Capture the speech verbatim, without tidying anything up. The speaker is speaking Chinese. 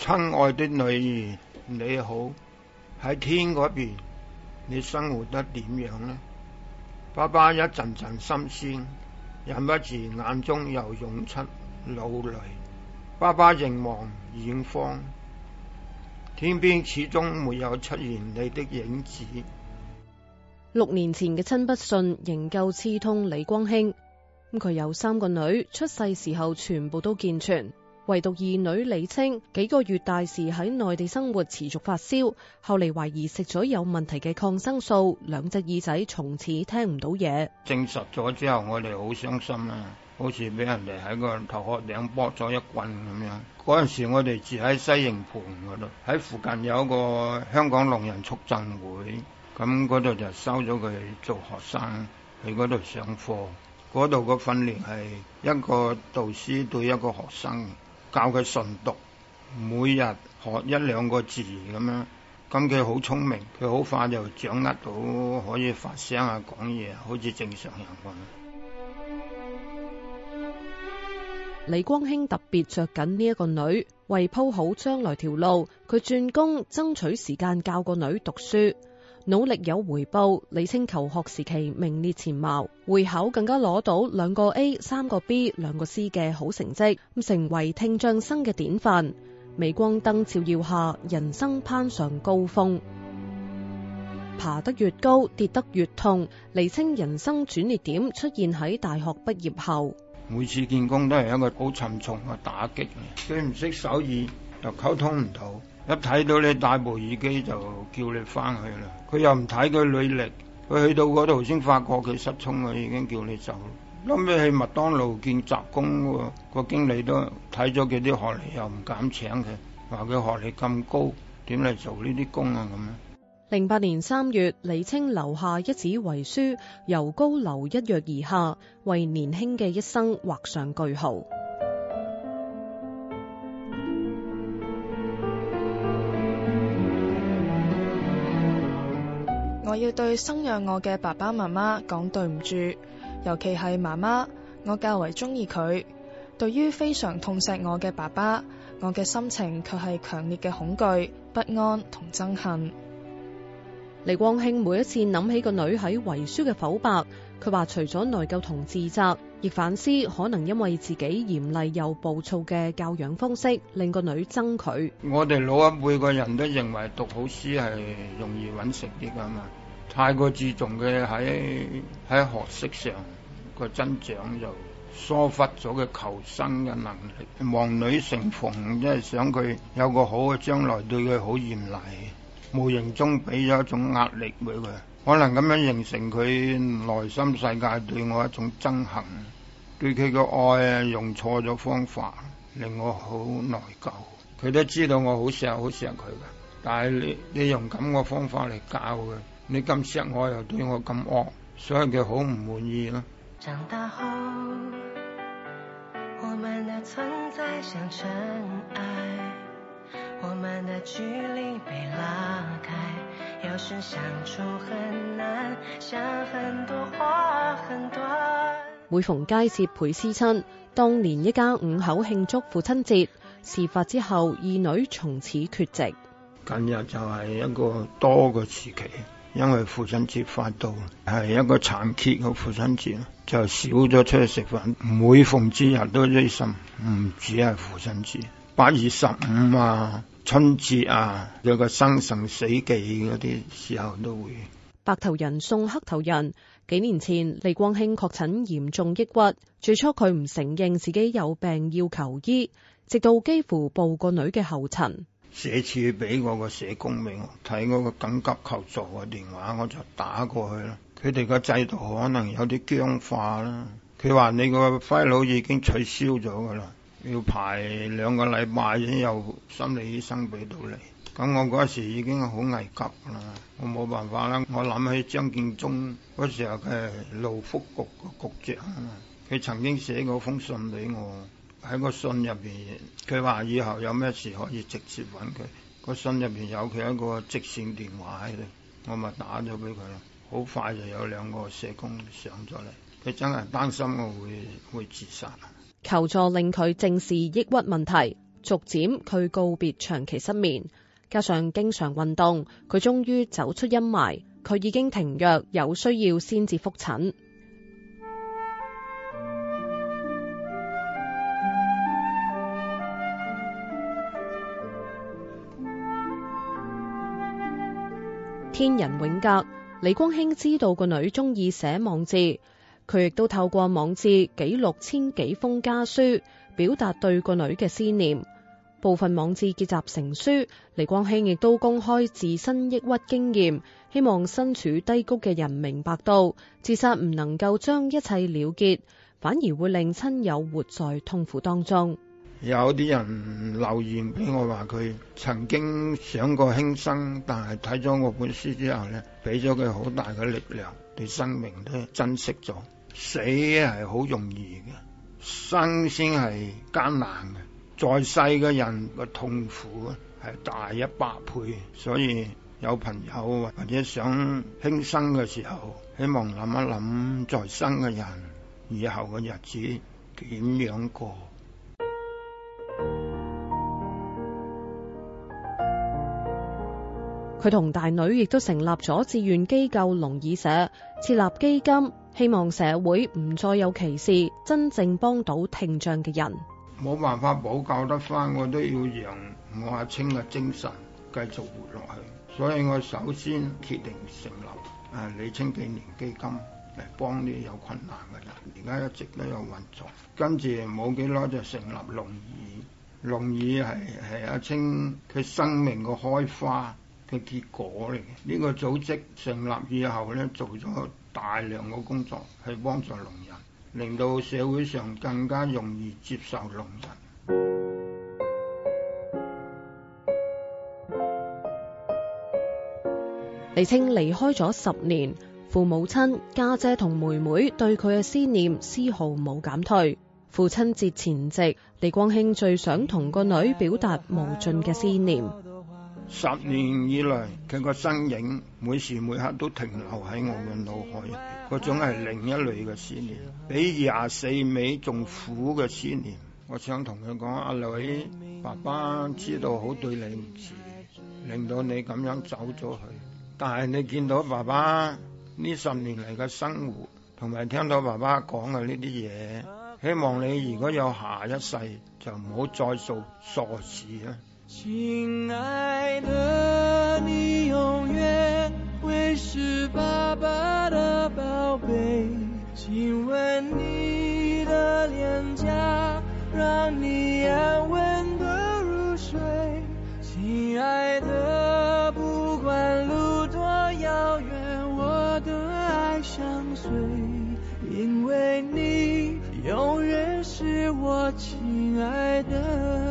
親愛的女兒，你好，喺天嗰邊，你生活得點樣呢？爸爸一陣陣心酸，忍不住眼中又湧出老淚。爸爸凝望遠方，天邊始終沒有出現你的影子。 六年前嘅親筆信仍舊刺痛李光興。咁佢有三個女，出世時候全部都健全，唯獨二女李清幾個月大時喺內地生活持續發燒，後嚟懷疑食咗有問題嘅抗生素，兩隻耳仔從此聽唔到嘢。 證實咗之後，我哋好傷心啦，好似俾人哋喺個頭殼頂剝咗一棍咁樣。嗰陣時我哋住喺西營盤嗰度，喺附近有一個香港聾人促進會，咁嗰度就收咗佢做學生，去嗰度上課。嗰度個訓練係一個導師對一個學生，教佢順讀，每日學一兩個字咁樣。咁佢好聰明，佢好快就掌握到可以發聲啊、講嘢，好似正常人咁。 李光興特別着緊呢一個女，為鋪好將來條路，佢轉工爭取時間教個女讀書。努力有回報，李清求學時期名列前茅，會考更加攞到兩個 A、三個 B、兩個 C 嘅好成績，成為聽障生嘅典範。鎂光燈照耀下，人生攀上高峰，爬得越高，跌得越痛。李清人生轉捩點出現喺大學畢業後， 每次見工都係一個好沉重嘅打擊。佢唔識手語，又溝通唔到。一睇到你戴部耳機就叫你翻去啦，佢又唔睇佢履歷，佢去到嗰度先發覺佢失聰，佢已經叫你走。諗起去麥當勞見雜工，個經理都睇咗佢啲學歷，又唔敢請佢，話佢學歷咁高，點嚟做呢啲工啊咁樣。 零八年三月，李清留下一紙遺書，由高樓一躍而下，為年輕嘅一生畫上句號。 我要對生養我嘅爸爸媽媽講對唔住，尤其係媽媽，我較為中意佢。對於非常痛錫我嘅爸爸，我嘅心情卻係強烈嘅恐懼、不安同憎恨。 李光興每一次諗起個女喺遺書嘅剖白，佢話除咗內疚同自責，亦反思可能因為自己嚴厲又暴躁嘅教養方式，令個女憎佢。 我哋老一輩個人都認為讀好書係容易揾食啲噶嘛。太過注重嘅喺喺學識上個增長，就疏忽咗佢求生嘅能力。望女成鳳，即係想佢有個好嘅將來，對佢好嚴厲，無形中俾咗一種壓力俾佢，可能咁樣形成佢內心世界對我一種憎恨，對佢嘅愛啊用錯咗方法，令我好內疚。佢都知道我好錫好錫佢嘅，但係你你用咁嘅方法嚟教佢。你咁錫我又對我咁惡，所以佢好唔滿意咯。 長大後，我們的存在像塵埃，我們的距離被拉開，有時相處很難，想很多話很短。 每逢佳節倍思親，當年一家五口慶祝父親節，事發之後，二女從此缺席。 近日就係一個多個時期。因為父親節快到，係一個殘缺嘅父親節，就少咗出去食飯。每逢節日都追心，唔止係父親節，八月十五啊、春節啊，有個生辰死忌嗰啲時候都會。 白頭人送黑頭人。幾年前，李光興確診嚴重抑鬱，最初佢唔承認自己有病要求醫，直到幾乎步個女嘅後塵。 社署俾我個社工俾我睇嗰個緊急求助嘅電話，我就打過去啦。佢哋個制度可能有啲僵化啦。佢話你個 file 已經取消咗噶啦，要排兩個禮拜先有心理醫生俾到你。咁我嗰時已經好危急啦，我冇辦法啦。我諗起張建宗嗰時候嘅勞福局個局長，佢曾經寫過封信俾我。喺個信入邊，佢話以後有咩事可以直接揾佢。個信入邊有佢一個直線電話喺度，我咪打咗俾佢咯。好快就有兩個社工上咗嚟，佢真係擔心我會會自殺。 求助令佢正視抑鬱問題。 逐漸佢告別長期失眠，加上經常運動，佢終於走出陰霾。佢已經停藥，有需要先至覆診。天人永隔，李光興知道個女中意寫網誌，佢亦都透過網誌記錄千幾封家書，表達對個女嘅思念。部分網誌結集成書，李光興亦都公開自身抑鬱經驗，希望身處低谷嘅人明白到，自殺唔能夠將一切了結，反而會令親友活在痛苦當中。 有啲人留言俾我話佢曾經想過輕生，但係睇咗我本書之後呢，俾咗佢好大嘅力量，對生命都珍惜咗。死係好容易嘅，生先係艱難嘅。在世嘅人嘅痛苦係大一百倍，所以有朋友或者想輕生嘅時候，希望諗一諗在生嘅人以後嘅日子點樣過。 佢同大女亦都成立咗志願機構龍耳社，設立基金，希望社會唔再有歧視，真正幫到聽障嘅人。 冇辦法補救得翻，我都要讓我阿清嘅精神繼續活落去，所以我首先決定成立誒李清紀念基金嚟幫啲有困難嘅人，而家一直都有運作。跟住冇幾耐就成立龍耳，龍耳係係阿清佢生命嘅開花嘅結果嚟嘅。呢個組織成立以後咧，做咗大量嘅工作，去幫助聾人，令到社會上更加容易接受聾人。 李清離開咗十年，父母親、家姐同妹妹對佢嘅思念絲毫冇減退。父親節前夕，李光興最想同個女表達無盡嘅思念。 十年以來，佢個身影每時每刻都停留喺我嘅腦海，嗰種係另一類嘅思念，比廿四味仲苦嘅思念。我想同佢講，阿女，爸爸知道好對你唔住，令到你咁樣走咗去。但係你見到爸爸呢十年嚟嘅生活，同埋聽到爸爸講嘅呢啲嘢，希望你如果有下一世，就唔好再做傻事啦。 親愛的，你永遠會是爸爸的寶貝，親吻你的臉頰，讓你安穩的入睡。親愛的，不管路多遙遠，我的愛相隨，因為你永遠是我親愛的。